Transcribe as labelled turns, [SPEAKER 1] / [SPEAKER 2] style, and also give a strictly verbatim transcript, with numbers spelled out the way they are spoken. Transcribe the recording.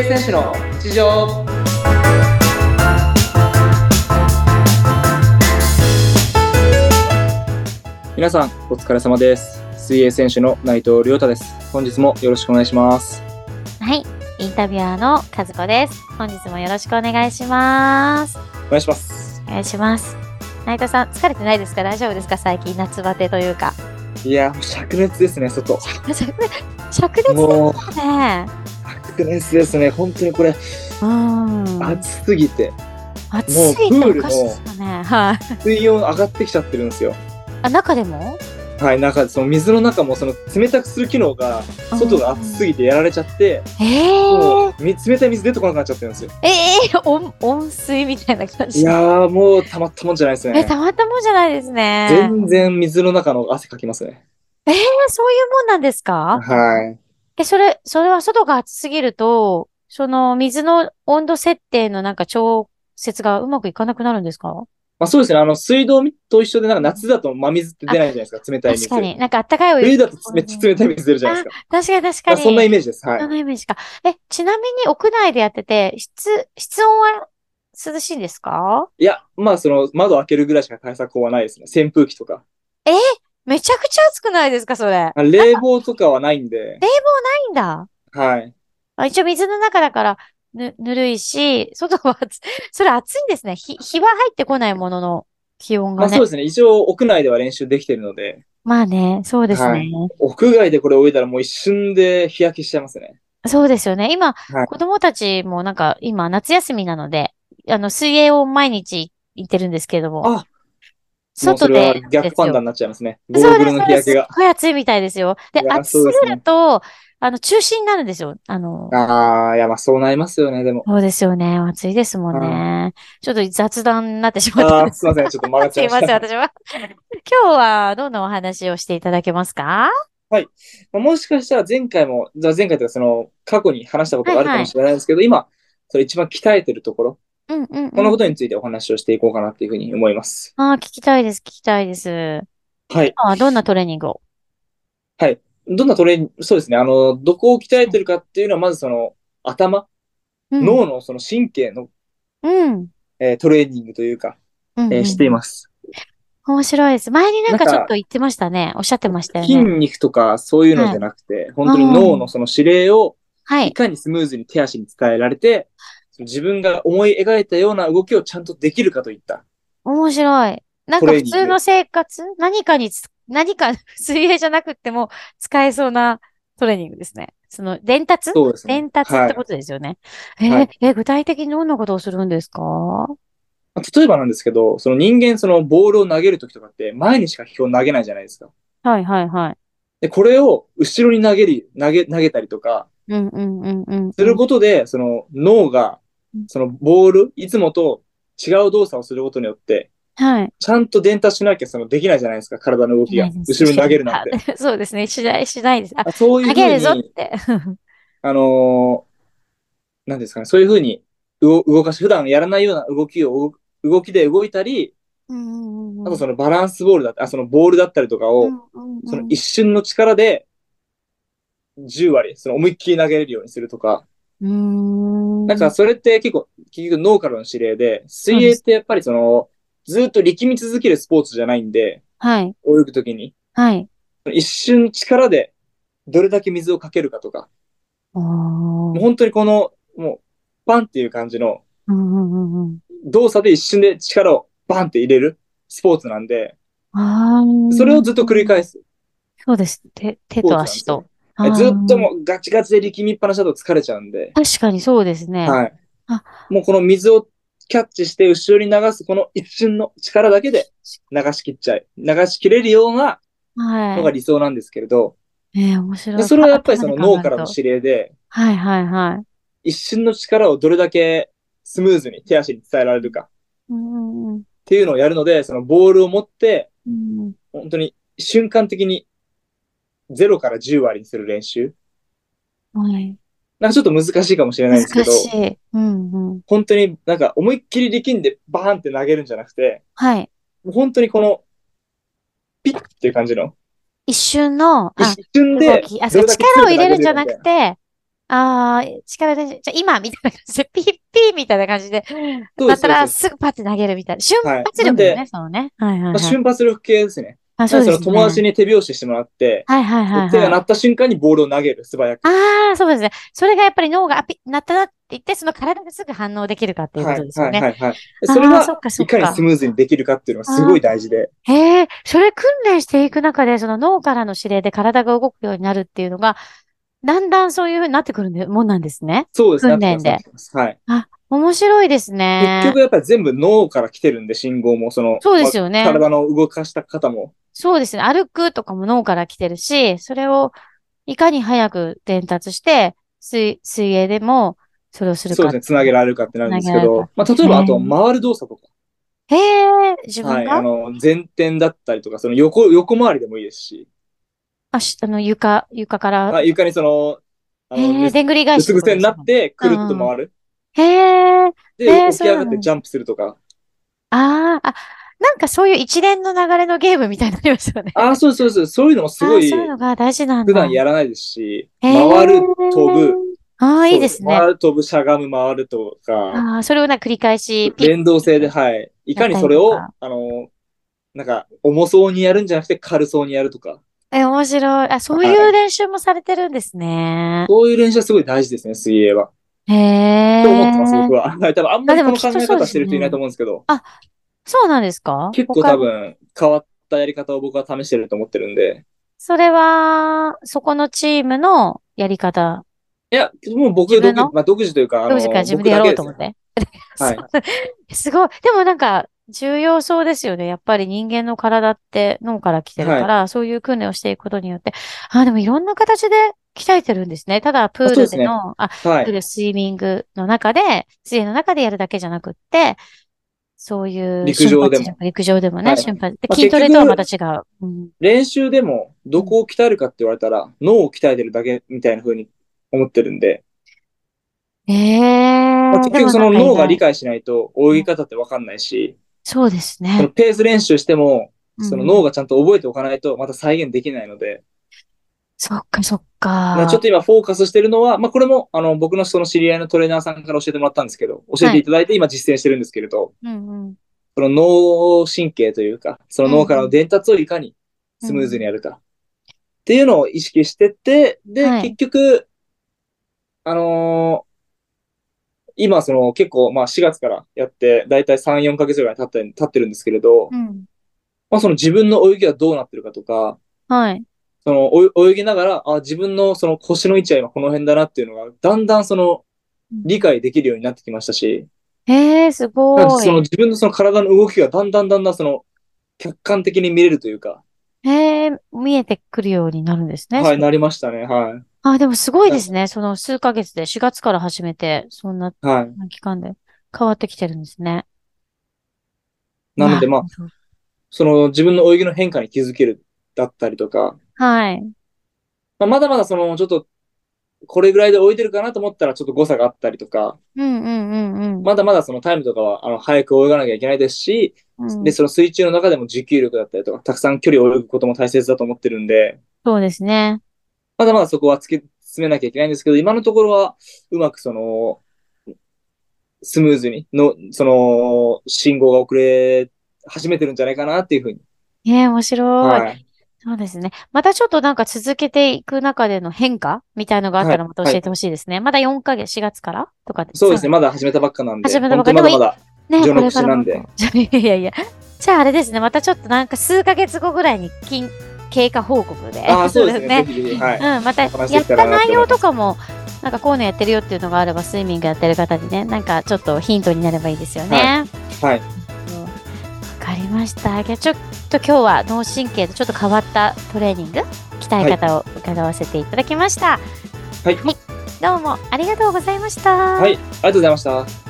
[SPEAKER 1] 選手の日常。皆さんお疲れ様です。水泳選手の内藤亮太です。本日もよろしくお願いします。
[SPEAKER 2] はい、インタビュアーの和子です。本日もよろしくお願いします。
[SPEAKER 1] お願いします。
[SPEAKER 2] お願いします。内藤さん、疲れてないですか？大丈夫ですか？最近夏バテというか。
[SPEAKER 1] いや、もう灼熱ですね、外。
[SPEAKER 2] 灼熱ですね。
[SPEAKER 1] 灼熱ですね。本当にこれ、
[SPEAKER 2] うん、
[SPEAKER 1] 暑すぎて、
[SPEAKER 2] 暑すぎて
[SPEAKER 1] もうプール
[SPEAKER 2] おかしいですよね。はい。
[SPEAKER 1] 水温上がってきちゃってるんですよ。
[SPEAKER 2] あ、中でも？
[SPEAKER 1] はい、中でその水の中もその冷たくする機能が外が暑すぎてやられちゃって、
[SPEAKER 2] えー、
[SPEAKER 1] もう冷たい水出てこなくなっちゃってるんですよ。
[SPEAKER 2] えー、温温水みたいな感じ。
[SPEAKER 1] いやー、もうたまったもんじゃないですね。
[SPEAKER 2] え、たまったもんじゃないですね。
[SPEAKER 1] 全然水の中の汗かきますね。
[SPEAKER 2] えー、そういうもんなんですか？
[SPEAKER 1] はい。
[SPEAKER 2] え、それ、それは外が暑すぎると、その水の温度設定のなんか調節がうまくいかなくなるんですか？
[SPEAKER 1] まあそうですね。あの、水道と一緒で、なんか夏だと真水って出
[SPEAKER 2] あ、
[SPEAKER 1] ないじゃないですか。冷たい水。
[SPEAKER 2] 確かに。なんかあったかいお湯。
[SPEAKER 1] 冬だとめっちゃ冷たい水出るじゃない
[SPEAKER 2] あ、
[SPEAKER 1] ですか。
[SPEAKER 2] 確かに確か
[SPEAKER 1] まあ、そんなイ
[SPEAKER 2] に。
[SPEAKER 1] メージです。はい。
[SPEAKER 2] そんなイメージか。え、ちなみに屋内でやってて、室、室温は涼しいんですか？
[SPEAKER 1] いや、まあその窓開けるぐらいしか対策法はないですね。扇風機とか。
[SPEAKER 2] え、めちゃくちゃ暑くないですかそれ。なんか、
[SPEAKER 1] 冷房とかはないんで。
[SPEAKER 2] 冷房ないんだ。
[SPEAKER 1] はい。
[SPEAKER 2] あ、一応水の中だから、ぬ、ぬるいし、外は暑、それ暑いんですね。日、日は入ってこないものの気温がね。
[SPEAKER 1] まあそうですね。一応屋内では練習できてるので。
[SPEAKER 2] まあね、そうですね。
[SPEAKER 1] はい。屋外でこれ泳いだらもう一瞬で日焼けしちゃいますね。
[SPEAKER 2] そうですよね。今、
[SPEAKER 1] はい。
[SPEAKER 2] 子供たちもなんか、今、夏休みなので、あの、水泳を毎日行ってるんですけれども、
[SPEAKER 1] あ、もうそれは
[SPEAKER 2] 外でですよ。
[SPEAKER 1] 逆パンダになっちゃいますね。ゴ
[SPEAKER 2] そうです、
[SPEAKER 1] ーグルの
[SPEAKER 2] そうです。すっ
[SPEAKER 1] 日焼けが。
[SPEAKER 2] ごい暑いみたいですよ。で、
[SPEAKER 1] いや、
[SPEAKER 2] 暑すぎる
[SPEAKER 1] そうですね。
[SPEAKER 2] と、あの、中止になるんですよ。あの、
[SPEAKER 1] ああ、いや、まあそうなりますよね、でも。
[SPEAKER 2] そうですよね。暑いですもん
[SPEAKER 1] はい。
[SPEAKER 2] ね。ちょっと雑談になってしまったん
[SPEAKER 1] ああ、
[SPEAKER 2] ですが。
[SPEAKER 1] すいません。ちょっと曲がっちゃい
[SPEAKER 2] すいません、
[SPEAKER 1] ました。
[SPEAKER 2] 私は。今日はどんなお話をしていただけますか？
[SPEAKER 1] はい。まあ、もしかしたら前回も、じゃあ前回というかその過去に話したことがあるかもし
[SPEAKER 2] はいはい。
[SPEAKER 1] れないですけど、今、それ一番鍛えてるところ、
[SPEAKER 2] うんうん
[SPEAKER 1] この
[SPEAKER 2] うん。
[SPEAKER 1] ことについてお話をしていこうかなっていうふうに思います。
[SPEAKER 2] ああ、聞きたいです、聞きたいです。
[SPEAKER 1] はい。
[SPEAKER 2] 今はどんなトレーニングを？
[SPEAKER 1] はい。どんなトレーニング、そうですね。あの、どこを鍛えてるかっていうのは、まずその頭、
[SPEAKER 2] うん、
[SPEAKER 1] 脳のその神経の、
[SPEAKER 2] うん、
[SPEAKER 1] えートレーニングというか、
[SPEAKER 2] うん、
[SPEAKER 1] えーしてい
[SPEAKER 2] うん。
[SPEAKER 1] ます。
[SPEAKER 2] 面白いです。前になんかちょっと
[SPEAKER 1] なんか、
[SPEAKER 2] 言ってましたね。おっしゃってましたよ
[SPEAKER 1] 筋
[SPEAKER 2] ね。
[SPEAKER 1] 肉とかそういうのじゃ
[SPEAKER 2] はい。
[SPEAKER 1] なくて、本当に
[SPEAKER 2] うん。
[SPEAKER 1] 脳のその指令を
[SPEAKER 2] はい。
[SPEAKER 1] いかにスムーズに手足に伝えられて、自分が思い描いたような動きをちゃんとできるかといった
[SPEAKER 2] 面白い。なん
[SPEAKER 1] ト
[SPEAKER 2] か普
[SPEAKER 1] レーニング。
[SPEAKER 2] 通の生活何かにつ、何か水泳じゃなくっても使えそうなトレーニングですね。その伝達
[SPEAKER 1] そうですね。
[SPEAKER 2] 伝達っ
[SPEAKER 1] はい。
[SPEAKER 2] てことですよね。えー
[SPEAKER 1] はい。
[SPEAKER 2] え、具体的にどんなことをするんですか？は
[SPEAKER 1] 例えばなんですけど、その人間、そのボールを投げるときとかって前にしか基本投げないじゃないですか。
[SPEAKER 2] いはいはい。
[SPEAKER 1] で、これを後ろに投げる、投げ、投げたりとか、
[SPEAKER 2] うんうんうんうん
[SPEAKER 1] する
[SPEAKER 2] うん。
[SPEAKER 1] ことで、その脳が、そのボール、いつもと違う動作をすることによって、
[SPEAKER 2] はい。
[SPEAKER 1] ちゃんと伝達しなきゃそのできないじゃないですか、体の動きが。
[SPEAKER 2] しないです。
[SPEAKER 1] 後ろに投
[SPEAKER 2] しない。は
[SPEAKER 1] げるなんて。
[SPEAKER 2] そうですね。しない、しないです。あ、
[SPEAKER 1] そういうふ
[SPEAKER 2] 投げるぞっ
[SPEAKER 1] うに、
[SPEAKER 2] て。
[SPEAKER 1] あのーなんですかね、そういうふうに動動かし、普段やらないような動きを、動きで動いたり、
[SPEAKER 2] うんうんうん。
[SPEAKER 1] あとそのバランスボールだった、あ、そのボールだったりとかを、
[SPEAKER 2] うんうん
[SPEAKER 1] その
[SPEAKER 2] うん。
[SPEAKER 1] 一瞬の力でじゅう割、その思いっきり投げれるようにするとか、
[SPEAKER 2] うーん。
[SPEAKER 1] なんかそれって結構、結局脳からの指令で、水泳っ
[SPEAKER 2] そうです。
[SPEAKER 1] てやっぱりその、ずっと力み続けるスポーツじゃないんで、
[SPEAKER 2] はい。
[SPEAKER 1] 泳ぐときに、
[SPEAKER 2] はい。
[SPEAKER 1] 一瞬力でどれだけ水をかけるかとか、
[SPEAKER 2] あ
[SPEAKER 1] もう
[SPEAKER 2] あ。
[SPEAKER 1] 本当にこの、もう、パンっていう感じの
[SPEAKER 2] うんうんうんうん。
[SPEAKER 1] 動作で一瞬で力をバンって入れるスポーツなんで、
[SPEAKER 2] あ
[SPEAKER 1] それをずっと繰り
[SPEAKER 2] あ。
[SPEAKER 1] 返す
[SPEAKER 2] そうです。手、手
[SPEAKER 1] スポー
[SPEAKER 2] と足と。
[SPEAKER 1] ツなんですよね。ずっと
[SPEAKER 2] ああ。
[SPEAKER 1] もうガチガチで力みっぱなしだと疲れちゃうんで、
[SPEAKER 2] 確かにそうですね。
[SPEAKER 1] はい。
[SPEAKER 2] あ、
[SPEAKER 1] もうこの水をキャッチして後ろに流すこの一瞬の力だけで流し切っちゃい、流し切れるようなのが
[SPEAKER 2] は
[SPEAKER 1] 理想なんですけれど、
[SPEAKER 2] い。えー、面白い。
[SPEAKER 1] でそれ
[SPEAKER 2] か、
[SPEAKER 1] はやっぱりその
[SPEAKER 2] 頭で考
[SPEAKER 1] 脳からの
[SPEAKER 2] えると。
[SPEAKER 1] 指令で、
[SPEAKER 2] はいはいはい。
[SPEAKER 1] 一瞬の力をどれだけスムーズに手足に伝えられるかっ
[SPEAKER 2] うんうん
[SPEAKER 1] ていうのをやるので、そのボールを持って、
[SPEAKER 2] うん。
[SPEAKER 1] 本当に瞬間的にゼロからじゅう割にする練習。
[SPEAKER 2] うん。はい。
[SPEAKER 1] なんかちょっと難しいかもしれないんですけ
[SPEAKER 2] 難し
[SPEAKER 1] ど、
[SPEAKER 2] い。うんうん。
[SPEAKER 1] 本当になんか思いっきり力んでバーンって投げるんじゃなくて、
[SPEAKER 2] はい。
[SPEAKER 1] もう本当にこのピッっていう感じの、
[SPEAKER 2] 一瞬の、あ、
[SPEAKER 1] 一瞬で
[SPEAKER 2] 動き。あ、そう、
[SPEAKER 1] どれだけ強く投
[SPEAKER 2] 力を入れるんじゃな
[SPEAKER 1] げれるみたいな。
[SPEAKER 2] くて、 ああ、力で、じゃあ今みたいな感じで、ピッピーみたいな感じで、だ
[SPEAKER 1] そうです、そうです。
[SPEAKER 2] ったらすぐパッて投げるみたいな。瞬
[SPEAKER 1] はい。
[SPEAKER 2] 発力ですね、
[SPEAKER 1] なんで、
[SPEAKER 2] そのね。はいは
[SPEAKER 1] まあ、
[SPEAKER 2] いはい。
[SPEAKER 1] 瞬発力系ですね。
[SPEAKER 2] あ、そうで
[SPEAKER 1] なんでその
[SPEAKER 2] すね。
[SPEAKER 1] 友達に手拍子してもらって、
[SPEAKER 2] はいはいはいはい。
[SPEAKER 1] 手が鳴った瞬間にボールを投げる、素早く。
[SPEAKER 2] ああ、そうですね。それがやっぱり脳があピッ、なったなって言って、その体がすぐ反応できるかっていうこ
[SPEAKER 1] はい、
[SPEAKER 2] とですよね。
[SPEAKER 1] はい、はい、はい。でそれ
[SPEAKER 2] ああ、
[SPEAKER 1] が、
[SPEAKER 2] そっかそ
[SPEAKER 1] いかにス
[SPEAKER 2] っか。
[SPEAKER 1] ムーズにできるかっていうのがすごい
[SPEAKER 2] ああ、
[SPEAKER 1] 大事で。
[SPEAKER 2] へえ、それ訓練していく中で、その脳からの指令で体が動くようになるっていうのが、だんだんそういうふうになってくるもんなんですね。
[SPEAKER 1] そうですね、なってきます、なっ
[SPEAKER 2] 訓練で。
[SPEAKER 1] てきます。はい。
[SPEAKER 2] あ、面白いですね。
[SPEAKER 1] 結局やっぱり全部脳から来てるんで、信号も、その、
[SPEAKER 2] そうで
[SPEAKER 1] まあ、
[SPEAKER 2] すよね。
[SPEAKER 1] 体の動かした方も。
[SPEAKER 2] そうですね。歩くとかも脳から来てるし、それをいかに早く伝達して、水、水泳でもそれをする
[SPEAKER 1] そうですね、
[SPEAKER 2] かっていうのを
[SPEAKER 1] つなげられるかってなるん
[SPEAKER 2] つな
[SPEAKER 1] ですけど、
[SPEAKER 2] げられるかって。
[SPEAKER 1] まあ、例えばあと回る動作とか、
[SPEAKER 2] へえ、へえ、自分
[SPEAKER 1] はい、あ
[SPEAKER 2] が
[SPEAKER 1] の、前転だったりとか、その横、横回りでもいいですし、
[SPEAKER 2] あし、あの、床、床から、
[SPEAKER 1] まあ、床にその、あの、
[SPEAKER 2] へえ、
[SPEAKER 1] ね、
[SPEAKER 2] でんぐり返
[SPEAKER 1] う
[SPEAKER 2] しって
[SPEAKER 1] つ伏せにな
[SPEAKER 2] ことですね。
[SPEAKER 1] ってくるっと
[SPEAKER 2] うんうん。
[SPEAKER 1] 回る。
[SPEAKER 2] へえ、
[SPEAKER 1] で、
[SPEAKER 2] へえ、
[SPEAKER 1] 起き
[SPEAKER 2] そういう
[SPEAKER 1] 上がってジャン
[SPEAKER 2] のなんです。
[SPEAKER 1] プするとか。
[SPEAKER 2] ああ、あ、なんかそういう一連の流れのゲームみたいになりますよね。
[SPEAKER 1] ああ、そうです、そうです。そういうのもす
[SPEAKER 2] ああ、そういう
[SPEAKER 1] ごい
[SPEAKER 2] のが大事なん
[SPEAKER 1] 普段
[SPEAKER 2] だ。
[SPEAKER 1] やらないですし、
[SPEAKER 2] へえ、
[SPEAKER 1] 回る、飛ぶ、
[SPEAKER 2] ああ、いい
[SPEAKER 1] そうです。
[SPEAKER 2] ですね。
[SPEAKER 1] 回る、飛ぶ、しゃがむ、回るとか、
[SPEAKER 2] ああ、それをなんか繰り返し、ピッ、
[SPEAKER 1] 連動性で、
[SPEAKER 2] ピッって
[SPEAKER 1] はい。いかに
[SPEAKER 2] やった
[SPEAKER 1] それを、
[SPEAKER 2] りとか。
[SPEAKER 1] あの、なんか、重そうにやるんじゃなくて軽そうにやるとか。
[SPEAKER 2] え、面白い。あ、そう
[SPEAKER 1] はい。
[SPEAKER 2] いう練習もされてるんですね。
[SPEAKER 1] そういう練習はすごい大事ですね、水泳は。
[SPEAKER 2] へ
[SPEAKER 1] と思ってます、
[SPEAKER 2] え。
[SPEAKER 1] 僕は。はい。多分あんま
[SPEAKER 2] あ、で
[SPEAKER 1] りこの考
[SPEAKER 2] もきっとそうで
[SPEAKER 1] え方してる人いない
[SPEAKER 2] すね。
[SPEAKER 1] と思うんですけど、
[SPEAKER 2] あ、そうなんですか
[SPEAKER 1] 結構
[SPEAKER 2] 他に。
[SPEAKER 1] 多分変わったやり方を僕は試してると思ってるんで。
[SPEAKER 2] それは、そこのチームのやり方。
[SPEAKER 1] いや、もう僕独自、
[SPEAKER 2] 自分の
[SPEAKER 1] まあ独自というか、あ
[SPEAKER 2] 独自から
[SPEAKER 1] の、
[SPEAKER 2] 自分でや
[SPEAKER 1] 僕だけですね。
[SPEAKER 2] ろうと思って。そ
[SPEAKER 1] はい。
[SPEAKER 2] う、すごい。でもなんか、重要そうですよね。やっぱり人間の体って脳から来てる
[SPEAKER 1] はい。
[SPEAKER 2] から、そういう訓練をしていくことによって。あ、でもいろんな形で鍛えてるんですね。ただ、プ
[SPEAKER 1] あ、
[SPEAKER 2] ー
[SPEAKER 1] そうですね。
[SPEAKER 2] ルでの、あ、
[SPEAKER 1] はい。
[SPEAKER 2] プール、スイミングの中で、水泳の中でやるだけじゃなくって、そういう
[SPEAKER 1] 陸上でも。
[SPEAKER 2] 瞬発力、陸上でもね、
[SPEAKER 1] はい。
[SPEAKER 2] 瞬発。で、
[SPEAKER 1] まあ、
[SPEAKER 2] 筋
[SPEAKER 1] 結
[SPEAKER 2] トレとはまた
[SPEAKER 1] 局、
[SPEAKER 2] 違う。うん。
[SPEAKER 1] 練習でも
[SPEAKER 2] うん。
[SPEAKER 1] どこを鍛えるかって言われたら、脳を鍛えてるだけみたいな風に思ってるんで、
[SPEAKER 2] え
[SPEAKER 1] まあ、
[SPEAKER 2] えー、でもなん
[SPEAKER 1] 結局その
[SPEAKER 2] か意外。
[SPEAKER 1] 脳が理解しないと泳ぎ
[SPEAKER 2] うん、
[SPEAKER 1] 方ってわかんないし、
[SPEAKER 2] そうです
[SPEAKER 1] その
[SPEAKER 2] ね。
[SPEAKER 1] ペース練習しても、その
[SPEAKER 2] うんうん。
[SPEAKER 1] 脳がちゃんと覚えておかないとまた再現できないので、
[SPEAKER 2] そっかそっ
[SPEAKER 1] なちょっ
[SPEAKER 2] か。
[SPEAKER 1] と今フォーカスしてるのは、まあ、これもあの僕のその知り合いのトレーナーさんから教えてもらったんですけど、教え
[SPEAKER 2] はい。
[SPEAKER 1] ていただいて今実践してるんですけれど、
[SPEAKER 2] うんうん。
[SPEAKER 1] その脳神経というか、その脳からの
[SPEAKER 2] うんうん。
[SPEAKER 1] 伝達をいかにスムーズに
[SPEAKER 2] うん。
[SPEAKER 1] やるかっていうのを意識してって、で、結
[SPEAKER 2] はい。
[SPEAKER 1] 局、あのー今、その結構、まあしがつからやって、だいたいさん、よんかげつぐらい経って経ってるんですけれど、
[SPEAKER 2] うん。
[SPEAKER 1] まあその自分の泳ぎがどうなってるかとか、
[SPEAKER 2] はい。
[SPEAKER 1] その泳ぎながら、あ、自分のその腰の位置は今この辺だなっていうのが、だんだんその
[SPEAKER 2] うん。
[SPEAKER 1] 理解できるようになってきましたし、
[SPEAKER 2] えー、す
[SPEAKER 1] なんで
[SPEAKER 2] ごい。
[SPEAKER 1] その自分のその体の動きがだんだんだんだんその客観的に見れるというか、
[SPEAKER 2] えー、見えてくるようになるんですね。
[SPEAKER 1] はい、
[SPEAKER 2] それ。
[SPEAKER 1] なりましたね。はい。
[SPEAKER 2] あ、でもすごいで
[SPEAKER 1] な
[SPEAKER 2] すね。その数ヶ月で、しがつから始めて、そんな
[SPEAKER 1] はい。
[SPEAKER 2] 期間で変わってきてるんですね。
[SPEAKER 1] なので、
[SPEAKER 2] なる
[SPEAKER 1] まあ、
[SPEAKER 2] ほど。
[SPEAKER 1] その自分の泳ぎの変化に気づけるだったりとか、
[SPEAKER 2] はい。
[SPEAKER 1] まあ、まだまだそのちょっとこれぐらいで泳いでるかなと思ったらちょっと誤差があったりとか、
[SPEAKER 2] うんうんうんうん。
[SPEAKER 1] まだまだそのタイムとかはあの早く泳がなきゃいけないですし、で、
[SPEAKER 2] うん。
[SPEAKER 1] その水中の中でも持久力だったりとか、たくさん距離を泳ぐことも大切だと思ってるんで、
[SPEAKER 2] そうですね。
[SPEAKER 1] まだまだそこは突き詰めなきゃいけないんですけど、今のところはうまくその、スムーズにの、その、信号が遅れ始めてるんじゃないかなっていうふうに。
[SPEAKER 2] ええ、面白い。
[SPEAKER 1] はい。
[SPEAKER 2] そうですね。またちょっとなんか続けていく中での変化みたいのがあっ
[SPEAKER 1] はい。
[SPEAKER 2] たらまた
[SPEAKER 1] はい。
[SPEAKER 2] 教えてほしいですね。まだよんかげつ、しがつからとかで、
[SPEAKER 1] そうですね。
[SPEAKER 2] さん
[SPEAKER 1] まだ始めたばっかなんで、本当
[SPEAKER 2] 始めたばかり。でもい、
[SPEAKER 1] にまだまだ
[SPEAKER 2] ね、
[SPEAKER 1] 序の
[SPEAKER 2] これからもっと。
[SPEAKER 1] 口なんで。
[SPEAKER 2] いやいやいや。じゃああれですね。またちょっとなんか数ヶ月後ぐらいに近経過報告で。
[SPEAKER 1] ああ、
[SPEAKER 2] そう
[SPEAKER 1] そうですね。ぜ
[SPEAKER 2] ですね。
[SPEAKER 1] ひぜひ、はい。
[SPEAKER 2] うん、また
[SPEAKER 1] お話
[SPEAKER 2] やった
[SPEAKER 1] できたらなって
[SPEAKER 2] 内容
[SPEAKER 1] 思います。
[SPEAKER 2] とかも、なんかこういうのやってるよっていうのがあれば、スイミングやってる方にね、なんかちょっとヒントになればいいですよ
[SPEAKER 1] はい。
[SPEAKER 2] ね。
[SPEAKER 1] はい。
[SPEAKER 2] そうわかりました。じゃあちょっと今日は脳神経とちょっと変わったトレーニング、鍛え
[SPEAKER 1] はい。
[SPEAKER 2] 方を伺わせていただきました。は
[SPEAKER 1] はい。
[SPEAKER 2] い。どうもありがとうございました。
[SPEAKER 1] はい。ありがとうございました。